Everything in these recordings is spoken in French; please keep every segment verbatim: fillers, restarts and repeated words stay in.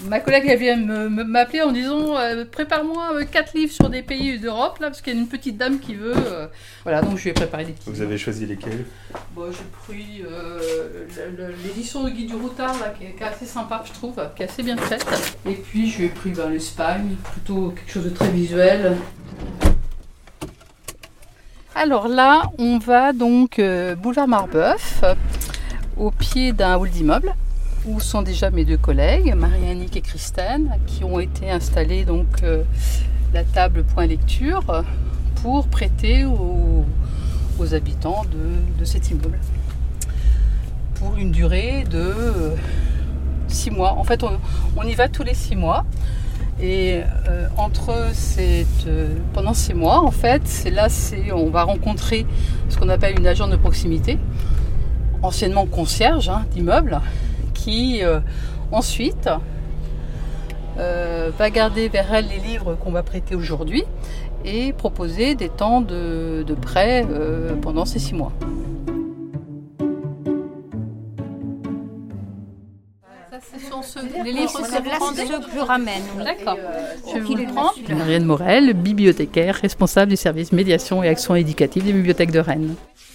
Ma collègue elle vient me, me, m'appeler en disant euh, prépare-moi euh, quatre livres sur des pays d'Europe, là, parce qu'il y a une petite dame qui veut. Euh, voilà, donc je lui ai préparé des petits. Vous avez choisi lesquels? Bon, j'ai pris euh, le, le, l'édition de Guy du Routard, là, qui est, qui est assez sympa, je trouve, qui est assez bien faite. Et puis je lui ai pris ben, l'Espagne, plutôt quelque chose de très visuel. Alors là, on va donc euh, boulevard Marbeuf, euh, au pied d'un hall d'immeuble, où sont déjà mes deux collègues, Marie-Annick et Christine, qui ont été installées donc euh, la table point lecture pour prêter aux, aux habitants de, de cet immeuble. Pour une durée de euh, six mois. En fait, on, on y va tous les six mois. Et euh, entre cette, euh, pendant ces mois, en fait, c'est là, c'est, on va rencontrer ce qu'on appelle une agente de proximité, anciennement concierge hein, d'immeuble, qui euh, ensuite euh, va garder vers elle les livres qu'on va prêter aujourd'hui et proposer des temps de, de prêt euh, pendant ces six mois. Ce sont ceux, les livres se prennent ceux que je ramène. D'accord. Je vais vous le prendre. Marianne Morel, bibliothécaire, responsable du service médiation et action éducative des bibliothèques de Rennes.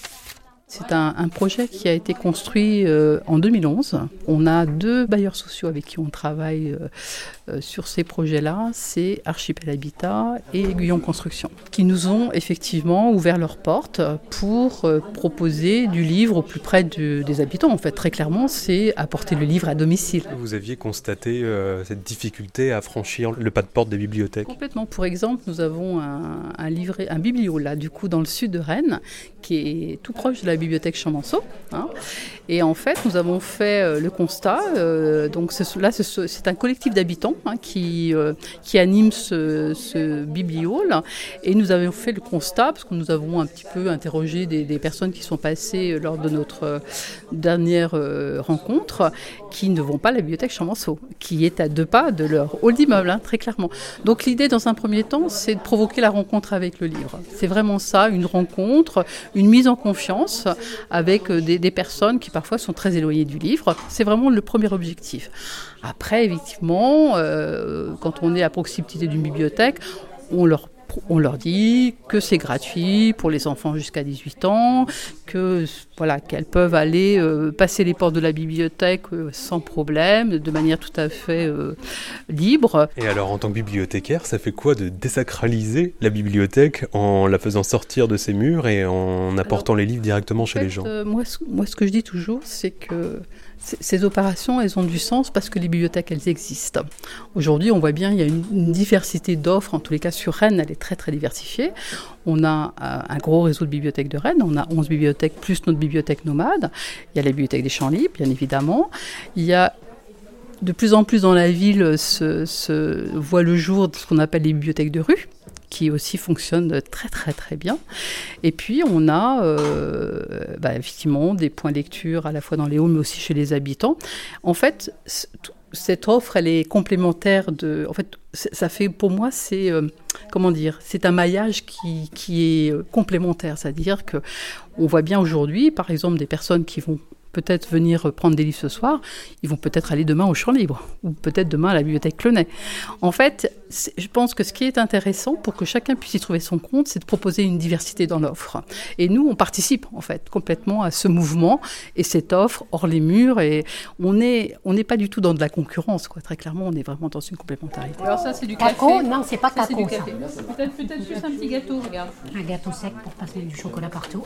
C'est un, un projet qui a été construit euh, en deux mille onze. On a deux bailleurs sociaux avec qui on travaille euh, euh, sur ces projets-là. C'est Archipel Habitat et Aiguillon Construction, qui nous ont effectivement ouvert leurs portes pour euh, proposer du livre au plus près de, des habitants. En fait, très clairement, c'est apporter le livre à domicile. Vous aviez constaté euh, cette difficulté à franchir le pas de porte des bibliothèques? Complètement. Pour exemple, nous avons un, un livret, un biblio là, du coup, dans le sud de Rennes, qui est tout proche de la bibliothèque Champmanceau. Hein. Et en fait, nous avons fait euh, le constat. Euh, donc c'est, là, c'est, c'est un collectif d'habitants hein, qui, euh, qui anime ce, ce biblio. Là. Et nous avons fait le constat, parce que nous avons un petit peu interrogé des, des personnes qui sont passées lors de notre euh, dernière euh, rencontre, qui ne vont pas à la bibliothèque Champmanceau, qui est à deux pas de leur hall d'immeuble, hein, très clairement. Donc l'idée, dans un premier temps, c'est de provoquer la rencontre avec le livre. C'est vraiment ça, une rencontre, une mise en confiance avec des, des personnes qui parfois sont très éloignées du livre. C'est vraiment le premier objectif. Après, effectivement, euh, quand on est à proximité d'une bibliothèque, on leur On leur dit que c'est gratuit pour les enfants jusqu'à dix-huit ans, que, voilà, qu'elles peuvent aller euh, passer les portes de la bibliothèque euh, sans problème, de manière tout à fait euh, libre. Et alors, en tant que bibliothécaire, ça fait quoi de désacraliser la bibliothèque en la faisant sortir de ses murs et en apportant alors, les livres directement chez en fait, les gens? euh, moi, ce, moi, ce que je dis toujours, c'est que ces opérations, elles ont du sens parce que les bibliothèques, elles existent. Aujourd'hui, on voit bien, il y a une, une diversité d'offres. En tous les cas, sur Rennes, elle est très, très diversifiée. On a un gros réseau de bibliothèques de Rennes. On a onze bibliothèques plus notre bibliothèque nomade. Il y a la bibliothèque des Champs Libres, bien évidemment. Il y a de plus en plus dans la ville se, se voit le jour de ce qu'on appelle les bibliothèques de rue, qui aussi fonctionnent très très très bien. Et puis on a euh, bah, effectivement des points lecture à la fois dans les halls mais aussi chez les habitants. En fait, cette offre, elle est complémentaire de... En fait, ça fait, pour moi, c'est... Euh, comment dire ? C'est un maillage qui, qui est complémentaire. C'est-à-dire qu'on voit bien aujourd'hui, par exemple, des personnes qui vont peut-être venir prendre des livres ce soir, ils vont peut-être aller demain au Champ Libre, ou peut-être demain à la bibliothèque Clenay. En fait, je pense que ce qui est intéressant pour que chacun puisse y trouver son compte, c'est de proposer une diversité dans l'offre. Et nous, on participe en fait complètement à ce mouvement et cette offre hors les murs. Et on n'est on n'est pas du tout dans de la concurrence, quoi. Très clairement, on est vraiment dans une complémentarité. Alors ça, c'est du café. Cacao ? Non, c'est pas ça, cacao, c'est ça. Peut-être, peut-être juste un petit gâteau, regarde. Un gâteau sec pour passer du chocolat partout.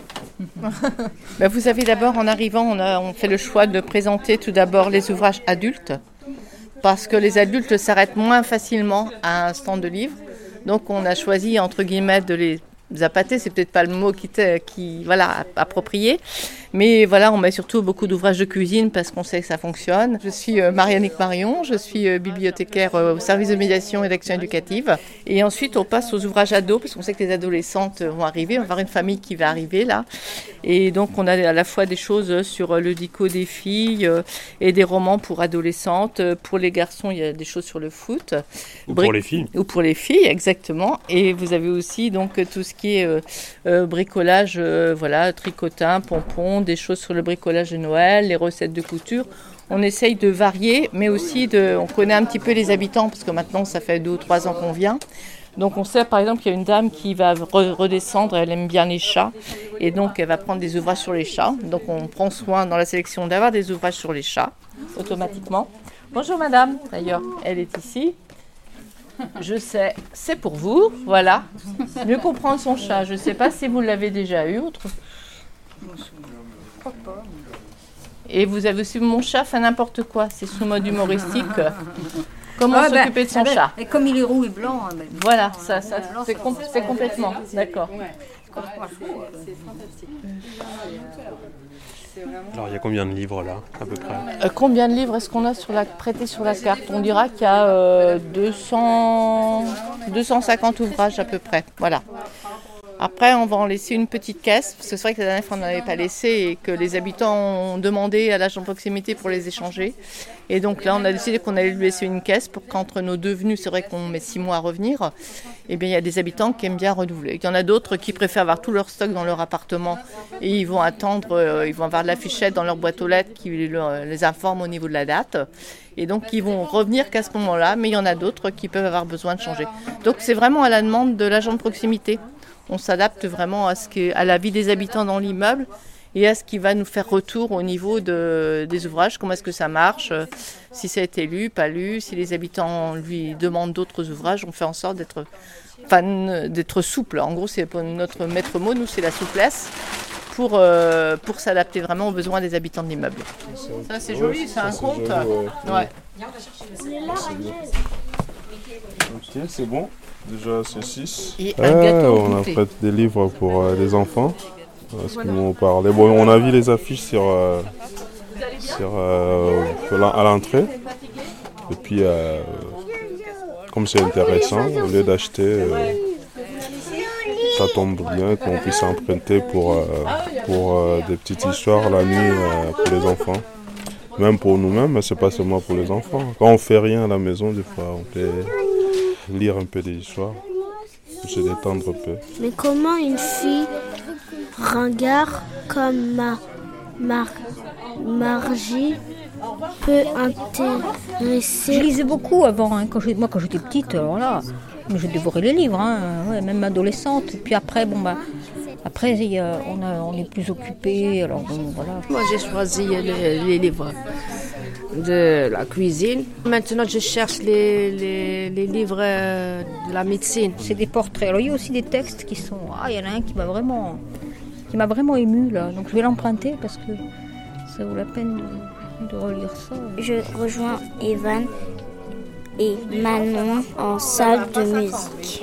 Ben, vous avez d'abord, en arrivant, on a on fait le choix de présenter tout d'abord les ouvrages adultes, parce que les adultes s'arrêtent moins facilement à un stand de livres. Donc on a choisi, entre guillemets, de les appâter, c'est peut-être pas le mot qui, qui voilà, approprié. Mais voilà, on met surtout beaucoup d'ouvrages de cuisine parce qu'on sait que ça fonctionne. Je suis euh, Marie-Annick Marion, je suis euh, bibliothécaire euh, au service de médiation et d'action éducative. Et ensuite, on passe aux ouvrages ados parce qu'on sait que les adolescentes vont arriver. On va avoir une famille qui va arriver là. Et donc, on a à la fois des choses sur le dico des filles euh, et des romans pour adolescentes. Pour les garçons, il y a des choses sur le foot. Ou Bri- pour les filles. Ou pour les filles, exactement. Et vous avez aussi donc tout ce qui est euh, euh, bricolage, euh, voilà, tricotin, pompons, des choses sur le bricolage de Noël, les recettes de couture. on essaye de varier, mais aussi de, on connaît un petit peu les habitants, parce que maintenant ça fait deux ou trois ans qu'on vient. Donc on sait par exemple qu'il y a une dame qui va redescendre, elle aime bien les chats, et donc elle va prendre des ouvrages sur les chats. Donc on prend soin dans la sélection d'avoir des ouvrages sur les chats, automatiquement. Bonjour madame, d'ailleurs, elle est ici. Je sais, c'est pour vous, voilà. Mieux comprendre son chat, je ne sais pas si vous l'avez déjà eu. Autre... Et vous avez aussi mon chat fait n'importe quoi, c'est sous mode humoristique. Comment ah s'occuper ben, de son ben, chat. Et comme il est roux et blanc. Ben, voilà, ça, ça, c'est, com- c'est complètement, d'accord. C'est fantastique. Alors il y a combien de livres là, à peu près euh, Combien de livres est-ce qu'on a sur la, prêtés sur la carte? On dira qu'il y a euh, deux cents, deux cent cinquante ouvrages à peu près, voilà. Après, on va en laisser une petite caisse, parce que c'est vrai que la dernière fois, on n'en avait pas laissé et que les habitants ont demandé à l'agent de proximité pour les échanger. Et donc là, on a décidé qu'on allait lui laisser une caisse pour qu'entre nos deux venues, c'est vrai qu'on met six mois à revenir, et bien il y a des habitants qui aiment bien renouveler. Il y en a d'autres qui préfèrent avoir tout leur stock dans leur appartement et ils vont attendre, euh, ils vont avoir de l'affichette dans leur boîte aux lettres qui les informe au niveau de la date. Et donc, ils vont revenir qu'à ce moment-là, mais il y en a d'autres qui peuvent avoir besoin de changer. Donc, c'est vraiment à la demande de l'agent de proximité. On s'adapte vraiment à, ce qui est, à la vie des habitants dans l'immeuble et à ce qui va nous faire retour au niveau de, des ouvrages, comment est-ce que ça marche, si ça a été lu, pas lu, si les habitants lui demandent d'autres ouvrages, on fait en sorte d'être, enfin, d'être souple. En gros, c'est notre maître mot, nous, c'est la souplesse pour, euh, pour s'adapter vraiment aux besoins des habitants de l'immeuble. Ça, c'est joli, c'est un conte. Ouais. Ouais. Ok, c'est bon. Déjà, c'est six. Et un gâteau ah, on a fait des livres pour euh, les enfants. Parce voilà. qu'on parlait. Bon, on a vu les affiches sur, euh, sur, euh, à l'entrée. Et puis, euh, comme c'est intéressant, au lieu d'acheter, euh, ça tombe bien qu'on puisse emprunter pour, euh, pour euh, des petites histoires la nuit euh, pour les enfants. Même pour nous-mêmes, mais c'est pas seulement pour les enfants. Quand on fait rien à la maison, des fois, on peut lire un peu des histoires, pour se détendre un peu. Mais comment une fille ringarde comme ma, Mar, Margie peut intéresser? Je lisais beaucoup avant, hein, quand je, moi quand j'étais petite, alors là, je dévorais les livres, hein, ouais, même adolescente. Et puis après, bon bah, après y a, on, a, on est plus occupé, alors bon voilà. Moi j'ai choisi les, les livres de la cuisine. Maintenant, je cherche les, les, les livres de la médecine. C'est des portraits. Alors, il y a aussi des textes qui sont... Ah, il y en a un qui m'a vraiment, qui m'a vraiment ému, là. Donc, je vais l'emprunter parce que ça vaut la peine de, de relire ça. Je rejoins Evan et Manon en salle de musique.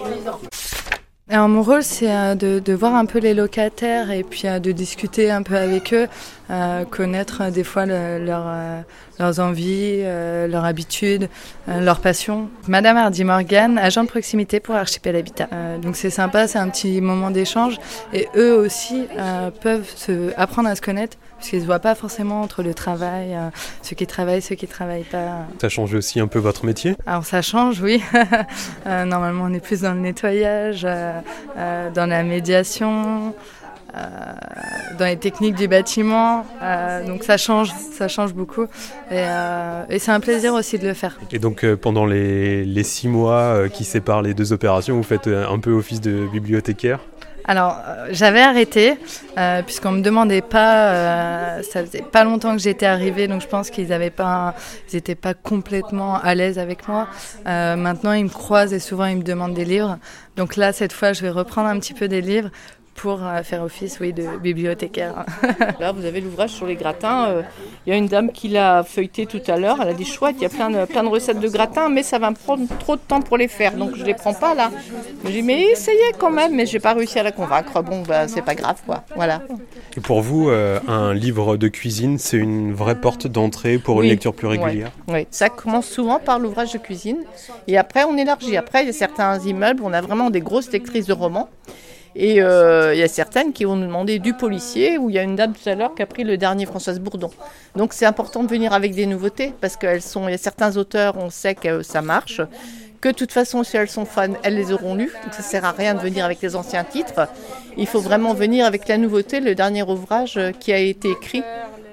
Alors, mon rôle, c'est de, de voir un peu les locataires et puis de discuter un peu avec eux, euh, connaître des fois le, leur, euh, leurs envies, euh, leurs habitudes, euh, leurs passions. Madame Hardy Morgan, agent de proximité pour Archipel Habitat. Euh, donc c'est sympa, c'est un petit moment d'échange et eux aussi euh, peuvent se, apprendre à se connaître parce qu'ils ne se voient pas forcément entre le travail, euh, ceux qui travaillent, ceux qui ne travaillent pas. Ça change aussi un peu votre métier ? Alors ça change, oui. euh, normalement on est plus dans le nettoyage, euh, euh, dans la médiation, euh, dans les techniques du bâtiment. Euh, donc ça change, ça change beaucoup. Et, euh, et c'est un plaisir aussi de le faire. Et donc euh, pendant les, les six mois euh, qui séparent les deux opérations, vous faites un peu office de bibliothécaire ? Alors, euh, j'avais arrêté, euh, puisqu'on ne me demandait pas, euh, ça faisait pas longtemps que j'étais arrivée, donc je pense qu'ils n'avaient pas, ils n'étaient pas complètement à l'aise avec moi. Euh, maintenant, ils me croisent et souvent, ils me demandent des livres. Donc là, cette fois, je vais reprendre un petit peu des livres pour euh, faire office, oui, de bibliothécaire. Là, vous avez l'ouvrage sur les gratins. Il euh, y a une dame qui l'a feuilleté tout à l'heure. Elle a dit chouette, il y a plein de, plein de recettes de gratins, mais ça va me prendre trop de temps pour les faire. Donc, je ne les prends pas là. J'ai dit, mais essayez quand même. Mais je n'ai pas réussi à la convaincre. Bon, bah, c'est pas grave, quoi. Voilà. Et pour vous, euh, un livre de cuisine, c'est une vraie porte d'entrée pour oui, une lecture plus régulière ? Oui, oui, ça commence souvent par l'ouvrage de cuisine. Et après, on élargit. Après, il y a certains immeubles, on a vraiment des grosses lectrices de romans. Et il euh, y a certaines qui vont nous demander du policier, où il y a une dame tout à l'heure qui a pris le dernier Françoise Bourdon. Donc c'est important de venir avec des nouveautés, parce qu'il y a certains auteurs, on sait que ça marche, que de toute façon, si elles sont fans, elles les auront lus. Donc ça ne sert à rien de venir avec les anciens titres. Il faut vraiment venir avec la nouveauté, le dernier ouvrage qui a été écrit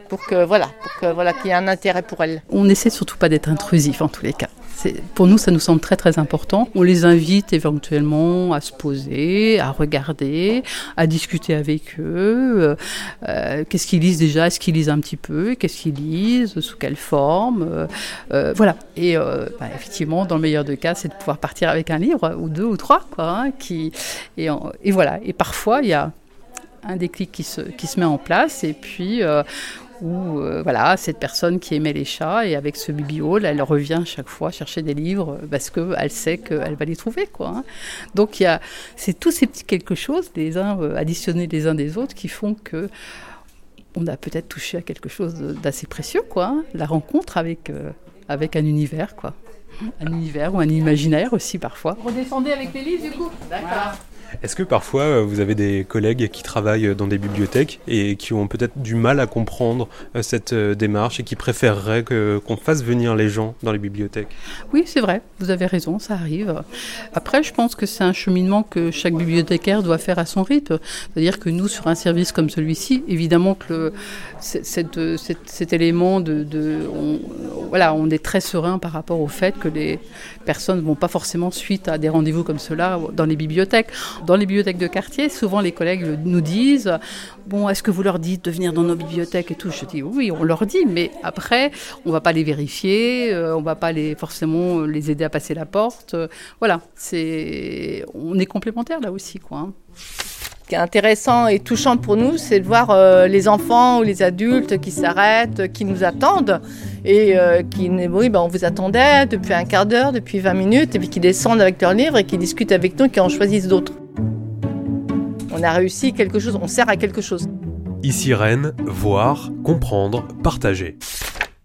pour que voilà, pour que voilà, qu'il y ait un intérêt pour elles. On n'essaie surtout pas d'être intrusif en tous les cas. C'est, pour nous, ça nous semble très très important. On les invite éventuellement à se poser, à regarder, à discuter avec eux. Euh, qu'est-ce qu'ils lisent déjà ? Est-ce qu'ils lisent un petit peu ? Qu'est-ce qu'ils lisent ? Sous quelle forme ? euh, euh, Voilà. Et euh, bah, effectivement, dans le meilleur des cas, c'est de pouvoir partir avec un livre ou deux ou trois, quoi. Hein, qui, et, en, et voilà. Et parfois, il y a un déclic qui se, qui se met en place et puis euh, où euh, voilà, cette personne qui aimait les chats et avec ce bibliot, là, elle revient chaque fois chercher des livres parce qu'elle sait qu'elle va les trouver, quoi. Hein. Donc il y a, c'est tous ces petits quelque chose, les uns euh, additionnés les uns des autres, qui font que on a peut-être touché à quelque chose d'assez précieux, quoi. Hein. La rencontre avec euh, avec un univers, quoi. Un univers ou un imaginaire aussi parfois. Redescendez avec les livres du coup. D'accord. Voilà. Est-ce que parfois vous avez des collègues qui travaillent dans des bibliothèques et qui ont peut-être du mal à comprendre cette démarche et qui préféreraient que, qu'on fasse venir les gens dans les bibliothèques ? Oui, c'est vrai, vous avez raison, ça arrive. Après, je pense que c'est un cheminement que chaque bibliothécaire doit faire à son rythme. C'est-à-dire que nous, sur un service comme celui-ci, évidemment que le, cette, cette, cet élément de... de on, voilà, on est très serein par rapport au fait que les personnes ne vont pas forcément suite à des rendez-vous comme cela dans les bibliothèques. Dans les bibliothèques de quartier, souvent les collègues nous disent « Bon, est-ce que vous leur dites de venir dans nos bibliothèques et tout ?» Je dis « Oui, on leur dit, mais après, on ne va pas les vérifier, euh, on ne va pas les, forcément les aider à passer la porte. Euh, voilà, c'est, on est complémentaires là aussi, quoi. Hein. Ce qui est intéressant et touchant pour nous, c'est de voir euh, les enfants ou les adultes qui s'arrêtent, qui nous attendent et euh, qui, oui, ben on vous attendait depuis un quart d'heure, depuis vingt minutes, et puis qui descendent avec leurs livres et qui discutent avec nous et qui en choisissent d'autres. On a réussi quelque chose, on sert à quelque chose. Ici Rennes, voir, comprendre, partager.